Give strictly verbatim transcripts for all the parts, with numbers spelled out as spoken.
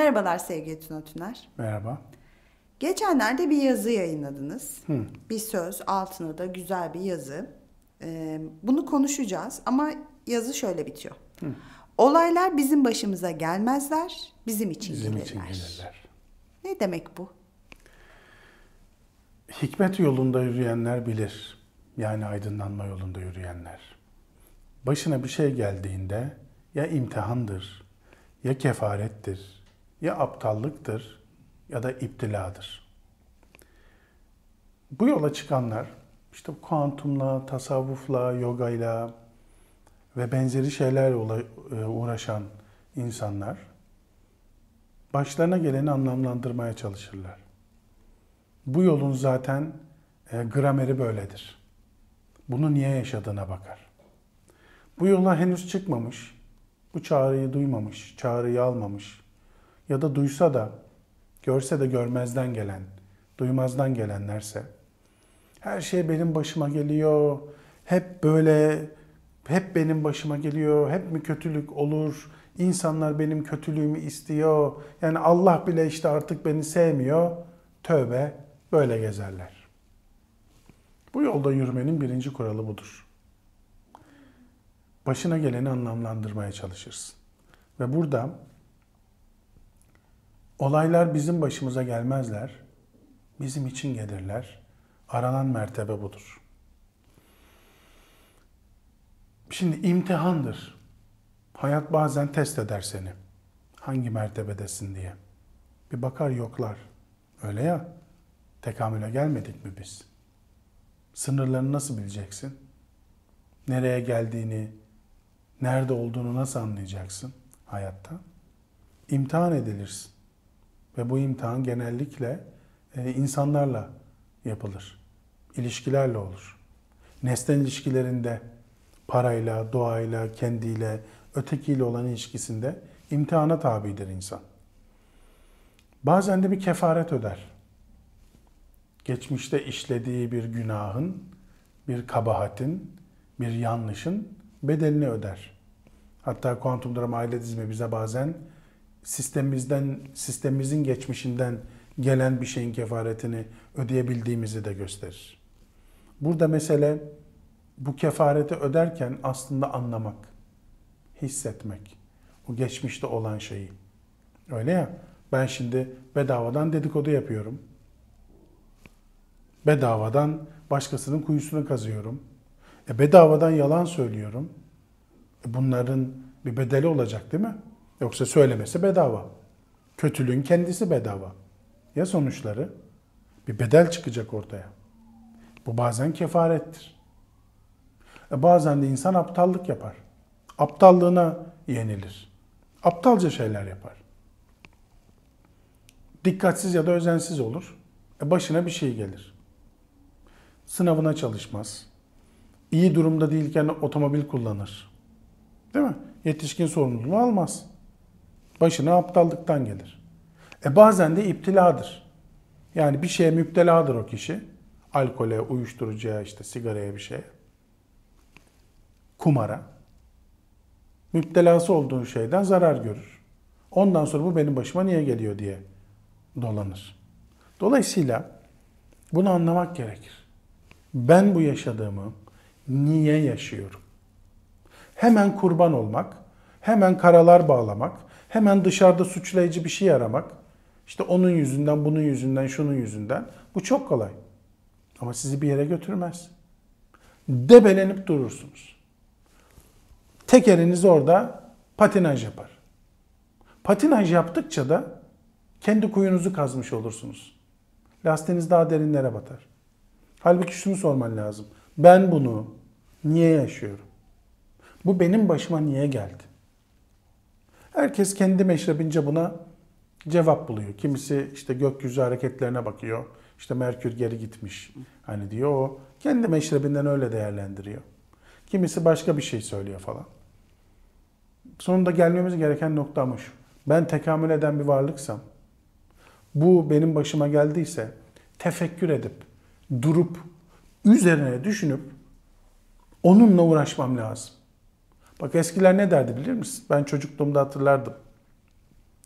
Merhabalar sevgili Tuna Tüner. Merhaba. Geçenlerde bir yazı yayınladınız. Hı. Bir söz, altına da güzel bir yazı. Ee, bunu konuşacağız ama yazı şöyle bitiyor. Hı. Olaylar bizim başımıza gelmezler, bizim için Bizim gelirler. için gelirler. Ne demek bu? Hikmet yolunda yürüyenler bilir. Yani aydınlanma yolunda yürüyenler. Başına bir şey geldiğinde ya imtihandır, ya kefarettir, ya aptallıktır ya da iptiladır. Bu yola çıkanlar işte kuantumla, tasavvufla, yogayla ve benzeri şeylerle uğraşan insanlar başlarına geleni anlamlandırmaya çalışırlar. Bu yolun zaten e, grameri böyledir. Bunu niye yaşadığına bakar. Bu yola henüz çıkmamış, bu çağrıyı duymamış, çağrıyı almamış ya da duysa da, görse de görmezden gelen, duymazdan gelenlerse, her şey benim başıma geliyor, hep böyle, hep benim başıma geliyor, hep mi kötülük olur, insanlar benim kötülüğümü istiyor, yani Allah bile işte artık beni sevmiyor, tövbe, böyle gezerler. Bu yolda yürümenin birinci kuralı budur. Başına geleni anlamlandırmaya çalışırsın. Ve burada olaylar bizim başımıza gelmezler, bizim için gelirler. Aranan mertebe budur. Şimdi imtihandır. Hayat bazen test eder seni. Hangi mertebedesin diye. Bir bakar yoklar. Öyle ya, tekamüle gelmedik mi biz? Sınırlarını nasıl bileceksin? Nereye geldiğini, nerede olduğunu nasıl anlayacaksın hayatta? İmtihan edilirsin. Ve bu imtihan genellikle e, insanlarla yapılır. İlişkilerle olur. Nesnel ilişkilerinde parayla, doğayla, kendiyle, ötekiyle olan ilişkisinde imtihana tabidir insan. Bazen de bir kefaret öder. Geçmişte işlediği bir günahın, bir kabahatin, bir yanlışın bedelini öder. Hatta kuantum drama aile dizimi bize bazen sistemimizden, sistemimizin geçmişinden gelen bir şeyin kefaretini ödeyebildiğimizi de gösterir. Burada mesele bu kefareti öderken aslında anlamak, hissetmek, o geçmişte olan şeyi. Öyle ya, ben şimdi bedavadan dedikodu yapıyorum. Bedavadan başkasının kuyusunu kazıyorum. E bedavadan yalan söylüyorum. E bunların bir bedeli olacak değil mi? Yoksa söylemesi bedava. Kötülüğün kendisi bedava. Ya sonuçları? Bir bedel çıkacak ortaya. Bu bazen kefarettir. E bazen de insan aptallık yapar. Aptallığına yenilir. Aptalca şeyler yapar. Dikkatsiz ya da özensiz olur. E başına bir şey gelir. Sınavına çalışmaz. İyi durumda değilken otomobil kullanır. Değil mi? Yetişkin sorumluluğu almaz. Başına aptallıktan gelir. E bazen de iptiladır. Yani bir şeye müpteladır o kişi. Alkole, uyuşturucuya, işte sigaraya bir şeye. Kumara. Müptelası olduğu şeyden zarar görür. Ondan sonra bu benim başıma niye geliyor diye dolanır. Dolayısıyla bunu anlamak gerekir. Ben bu yaşadığımı niye yaşıyorum? Hemen kurban olmak, hemen karalar bağlamak, hemen dışarıda suçlayıcı bir şey aramak, işte onun yüzünden, bunun yüzünden, şunun yüzünden, bu çok kolay. Ama sizi bir yere götürmez. Debelenip durursunuz. Tekeriniz orada patinaj yapar. Patinaj yaptıkça da kendi kuyunuzu kazmış olursunuz. Lastiğiniz daha derinlere batar. Halbuki şunu sorman lazım. Ben bunu niye yaşıyorum? Bu benim başıma niye geldi? Herkes kendi meşrebince buna cevap buluyor. Kimisi işte gökyüzü hareketlerine bakıyor. İşte Merkür geri gitmiş. Hani diyor o. Kendi meşrebinden öyle değerlendiriyor. Kimisi başka bir şey söylüyor falan. Sonunda gelmemiz gereken nokta ama şu. Ben tekamül eden bir varlıksam, bu benim başıma geldiyse tefekkür edip, durup, üzerine düşünüp onunla uğraşmam lazım. Bak eskiler ne derdi bilir misin? Ben çocukluğumda hatırlardım.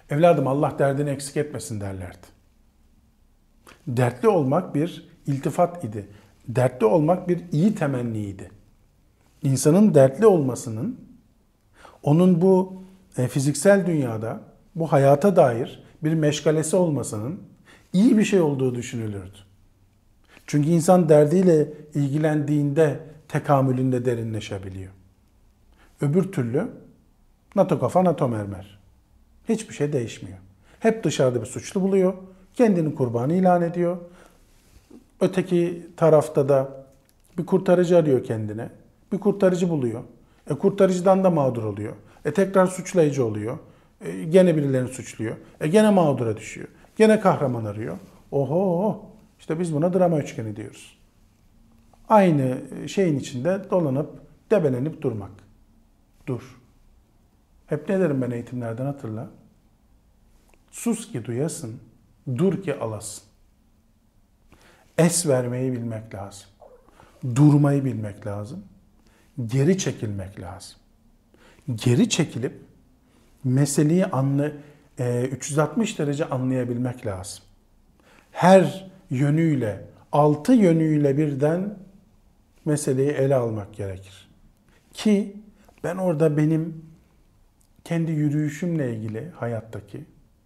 Evladım Allah derdini eksik etmesin derlerdi. Dertli olmak bir iltifat idi. Dertli olmak bir iyi temenniydi. İnsanın dertli olmasının, onun bu e, fiziksel dünyada, bu hayata dair bir meşgalesi olmasının iyi bir şey olduğu düşünülürdü. Çünkü insan derdiyle ilgilendiğinde tekamülünde derinleşebiliyor. Öbür türlü NATO kafa NATO mermer. Hiçbir şey değişmiyor. Hep dışarıda bir suçlu buluyor, kendini kurbanı ilan ediyor. Öteki tarafta da bir kurtarıcı arıyor kendine. Bir kurtarıcı buluyor. E kurtarıcıdan da mağdur oluyor. E tekrar suçlayıcı oluyor. E gene birilerini suçluyor. E gene mağdura düşüyor. Gene kahraman arıyor. Oho! İşte biz buna drama üçgeni diyoruz. Aynı şeyin içinde dolanıp debelenip durmak. Dur. Hep ne derim ben eğitimlerden hatırla. Sus ki duyasın, dur ki alasın. Es vermeyi bilmek lazım. Durmayı bilmek lazım. Geri çekilmek lazım. Geri çekilip meseleyi anla, üç yüz altmış derece anlayabilmek lazım. Her yönüyle, altı yönüyle birden meseleyi ele almak gerekir. Ki ben orada benim kendi yürüyüşümle ilgili hayattaki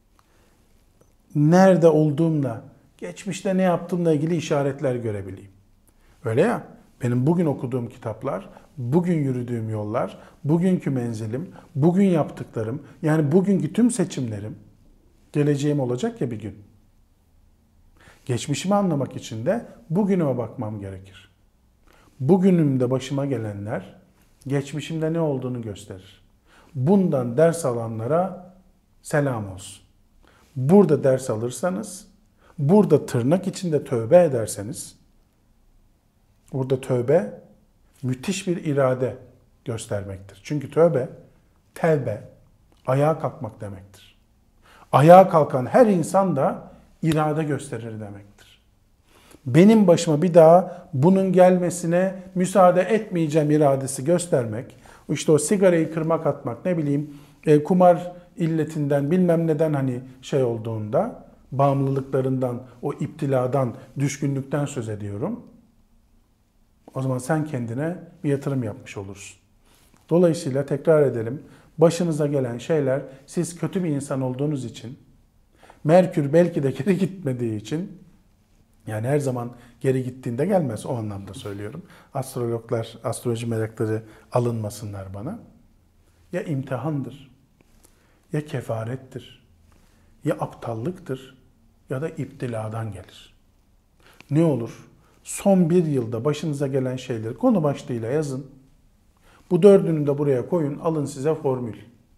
nerede olduğumla, geçmişte ne yaptığımla ilgili işaretler görebileyim. Öyle ya, benim bugün okuduğum kitaplar, bugün yürüdüğüm yollar, bugünkü menzilim, bugün yaptıklarım, yani bugünkü tüm seçimlerim geleceğim olacak ya bir gün. Geçmişimi anlamak için de bugünüme bakmam gerekir. Bugünümde başıma gelenler geçmişimde ne olduğunu gösterir. Bundan ders alanlara selam olsun. Burada ders alırsanız, burada tırnak içinde tövbe ederseniz, burada tövbe müthiş bir irade göstermektir. Çünkü tövbe, tevbe, ayağa kalkmak demektir. Ayağa kalkan her insan da irade gösterir demektir. Benim başıma bir daha bunun gelmesine müsaade etmeyeceğim iradesi göstermek, işte o sigarayı kırmak atmak, ne bileyim e, kumar illetinden bilmem neden hani şey olduğunda, bağımlılıklarından, o iptiladan, düşkünlükten söz ediyorum. O zaman sen kendine bir yatırım yapmış olursun. Dolayısıyla tekrar edelim, başınıza gelen şeyler siz kötü bir insan olduğunuz için, Merkür belki de geri gitmediği için, yani her zaman geri gittiğinde gelmez, o anlamda söylüyorum. Astrologlar, astroloji merakları alınmasınlar bana. Ya imtihandır, ya kefarettir, ya aptallıktır, ya da iptiladan gelir. Ne olur? Son bir yılda başınıza gelen şeyleri konu başlığıyla yazın. Bu dördünü de buraya koyun, alın size formül.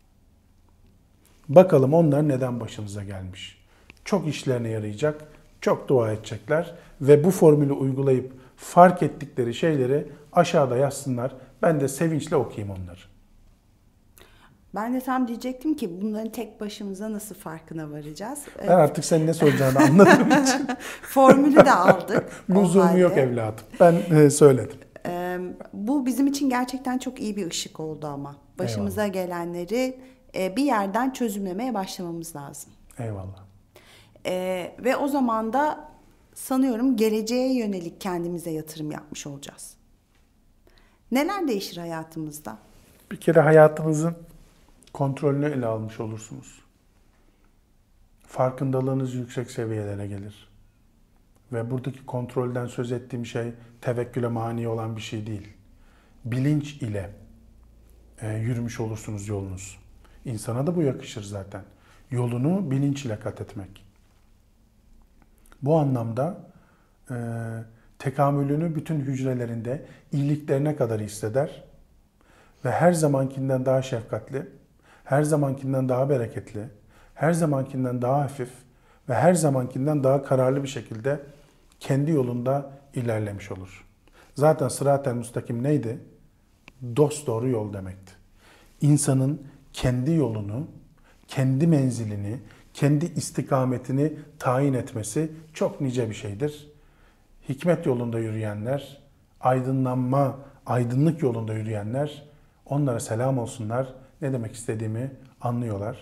Bakalım onlar neden başınıza gelmiş. Çok işlerine yarayacak, çok dua edecekler ve bu formülü uygulayıp fark ettikleri şeyleri aşağıda yazsınlar. Ben de sevinçle okuyayım onları. Ben de tam diyecektim ki bunların tek başımıza nasıl farkına varacağız? Ben artık senin ne soracağını anladığım için. Formülü de aldık. Lüzumu yok evladım. Ben e, söyledim. Ee, bu bizim için gerçekten çok iyi bir ışık oldu ama. Başımıza Eyvallah. gelenleri e, bir yerden çözümlemeye başlamamız lazım. Eyvallah. Ee, ve o zaman da sanıyorum geleceğe yönelik kendimize yatırım yapmış olacağız. Neler değişir hayatımızda? Bir kere hayatınızın kontrolünü ele almış olursunuz. Farkındalığınız yüksek seviyelere gelir. Ve buradaki kontrolden söz ettiğim şey tevekküle mani olan bir şey değil. Bilinç ile e, yürümüş olursunuz yolunuz. İnsana da bu yakışır zaten. Yolunu bilinç ile kat etmek. Bu anlamda e, tekamülünü bütün hücrelerinde iyiliklerine kadar hisseder ve her zamankinden daha şefkatli, her zamankinden daha bereketli, her zamankinden daha hafif ve her zamankinden daha kararlı bir şekilde kendi yolunda ilerlemiş olur. Zaten sırat-ı müstakim neydi? Dosdoğru yol demekti. İnsanın kendi yolunu, kendi menzilini, kendi istikametini tayin etmesi çok nice bir şeydir. Hikmet yolunda yürüyenler, aydınlanma, aydınlık yolunda yürüyenler, onlara selam olsunlar. Ne demek istediğimi anlıyorlar.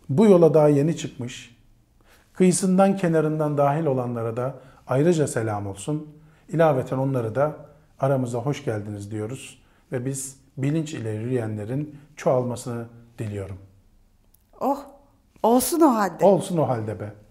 Bu yola daha yeni çıkmış, kıyısından kenarından dahil olanlara da ayrıca selam olsun. İlaveten onları da aramıza hoş geldiniz diyoruz ve biz bilinç ile yürüyenlerin çoğalmasını diliyorum. Oh, olsun o halde. Olsun o halde be.